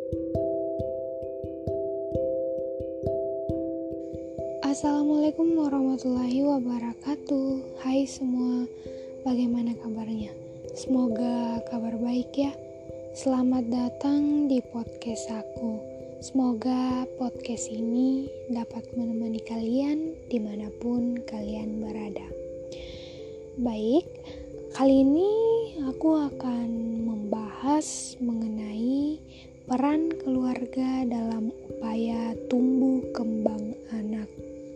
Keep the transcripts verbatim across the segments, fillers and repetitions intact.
Assalamualaikum warahmatullahi wabarakatuh. Hai semua, bagaimana kabarnya? Semoga kabar baik ya. Selamat datang di podcast aku. Semoga podcast ini dapat menemani kalian dimanapun kalian berada. Baik, kali ini aku akan membahas mengenai peran keluarga dalam upaya tumbuh kembang anak.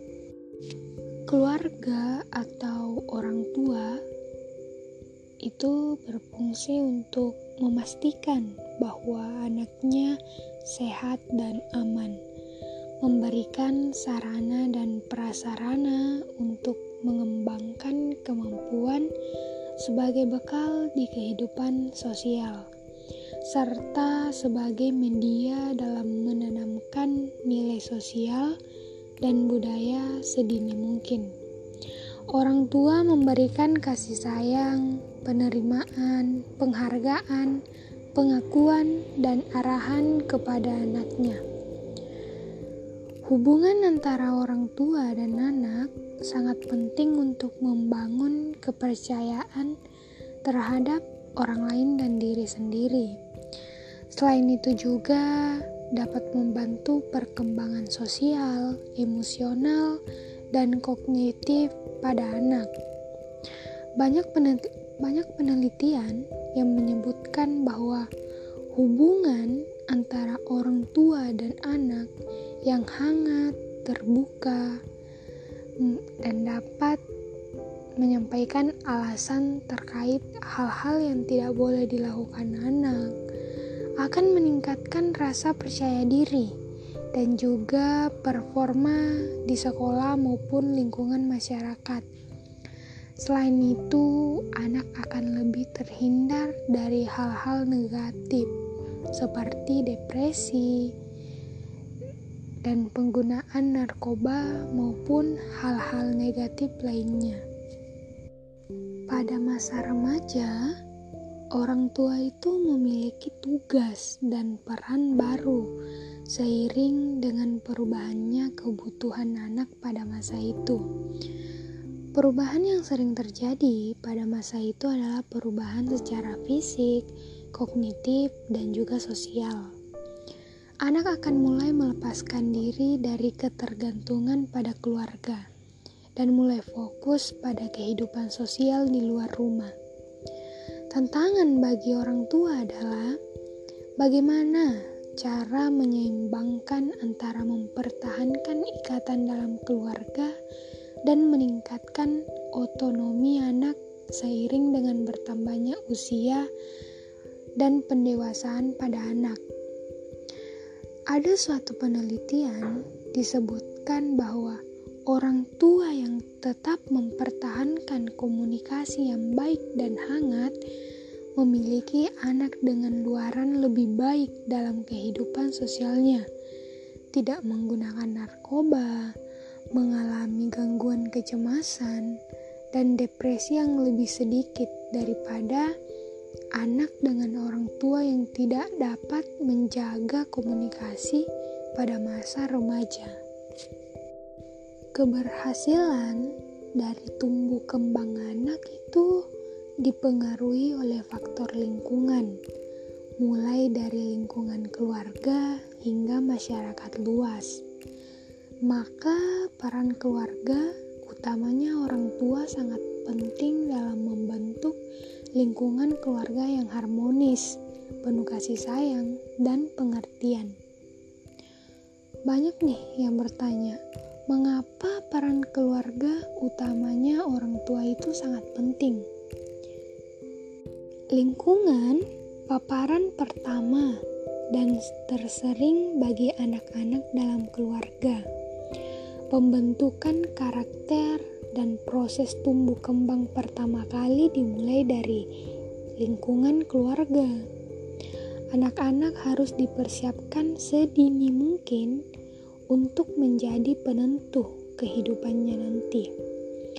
Keluarga atau orang tua itu berfungsi untuk memastikan bahwa anaknya sehat dan aman, memberikan sarana dan prasarana untuk mengembangkan kemampuan sebagai bekal di kehidupan sosial, serta sebagai media dalam menanamkan nilai sosial dan budaya sedini mungkin. Orang tua memberikan kasih sayang, penerimaan, penghargaan, pengakuan, dan arahan kepada anaknya. Hubungan antara orang tua dan anak sangat penting untuk membangun kepercayaan terhadap orang lain dan diri sendiri. Selain itu juga dapat membantu perkembangan sosial, emosional, dan kognitif pada anak. Banyak peneliti- banyak penelitian yang menyebutkan bahwa hubungan antara orang tua dan anak yang hangat, terbuka, dan dapat menyampaikan alasan terkait hal-hal yang tidak boleh dilakukan anak akan meningkatkan rasa percaya diri dan juga performa di sekolah maupun lingkungan masyarakat. Selain itu, anak akan lebih terhindar dari hal-hal negatif seperti depresi dan penggunaan narkoba maupun hal-hal negatif lainnya. Pada masa remaja, orang tua itu memiliki tugas dan peran baru seiring dengan perubahannya kebutuhan anak pada masa itu. Perubahan yang sering terjadi pada masa itu adalah perubahan secara fisik, kognitif, dan juga sosial. Anak akan mulai melepaskan diri dari ketergantungan pada keluarga dan mulai fokus pada kehidupan sosial di luar rumah. Tantangan bagi orang tua adalah bagaimana cara menyeimbangkan antara mempertahankan ikatan dalam keluarga dan meningkatkan otonomi anak seiring dengan bertambahnya usia dan pendewasaan pada anak. Ada suatu penelitian disebutkan bahwa orang tua yang tetap mempertahankan komunikasi yang baik dan hangat memiliki anak dengan luaran lebih baik dalam kehidupan sosialnya, tidak menggunakan narkoba, mengalami gangguan kecemasan, dan depresi yang lebih sedikit daripada anak dengan orang tua yang tidak dapat menjaga komunikasi pada masa remaja. Keberhasilan dari tumbuh kembang anak itu dipengaruhi oleh faktor lingkungan, mulai dari lingkungan keluarga hingga masyarakat luas. Maka peran keluarga, utamanya orang tua, sangat penting dalam membentuk lingkungan keluarga yang harmonis, penuh kasih sayang, dan pengertian. Banyak nih yang bertanya, mengapa peran keluarga, utamanya orang tua, itu sangat penting? Lingkungan paparan pertama dan tersering bagi anak-anak dalam keluarga. Pembentukan karakter dan proses tumbuh kembang pertama kali dimulai dari lingkungan keluarga. Anak-anak harus dipersiapkan sedini mungkin untuk menjadi penentu kehidupannya nanti.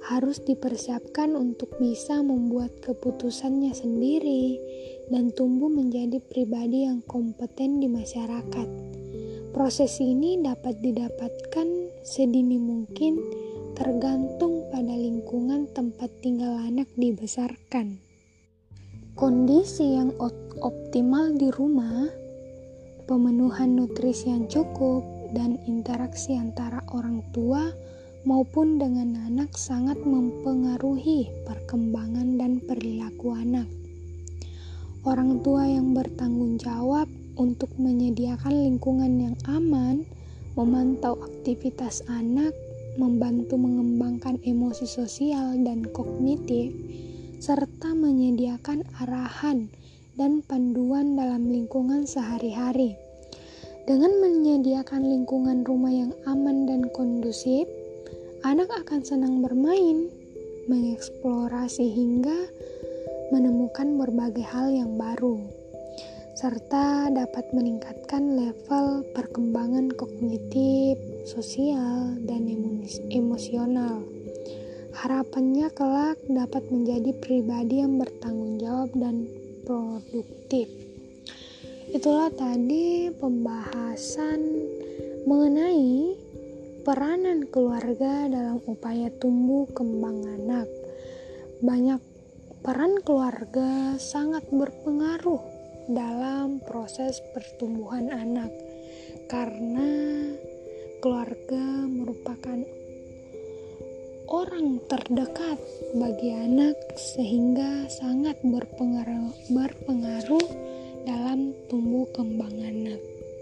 harus dipersiapkan untuk bisa membuat keputusannya sendiri dan tumbuh menjadi pribadi yang kompeten di masyarakat. Proses ini dapat didapatkan sedini mungkin tergantung pada lingkungan tempat tinggal anak dibesarkan. Kondisi yang optimal di rumah, pemenuhan nutrisi yang cukup, dan interaksi antara orang tua maupun dengan anak sangat mempengaruhi perkembangan dan perilaku anak. Orang tua yang bertanggung jawab untuk menyediakan lingkungan yang aman, memantau aktivitas anak, membantu mengembangkan emosi sosial dan kognitif, serta menyediakan arahan dan panduan dalam lingkungan sehari-hari. Dengan menyediakan lingkungan rumah yang aman dan kondusif, anak akan senang bermain, mengeksplorasi hingga menemukan berbagai hal yang baru, serta dapat meningkatkan level perkembangan kognitif, sosial, dan emosional. Harapannya kelak dapat menjadi pribadi yang bertanggung jawab dan produktif. Itulah tadi pembahasan mengenai peranan keluarga dalam upaya tumbuh kembang anak. Banyak peran keluarga sangat berpengaruh dalam proses pertumbuhan anak, karena keluarga merupakan orang terdekat bagi anak sehingga sangat berpengaruh, berpengaruh dalam tumbuh kembang anak.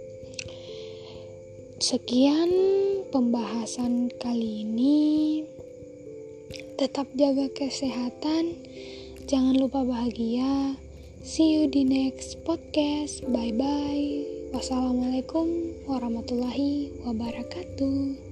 Sekian pembahasan kali ini. Tetap jaga kesehatan, jangan lupa bahagia. See you di next podcast. Bye bye. Wassalamualaikum warahmatullahi wabarakatuh.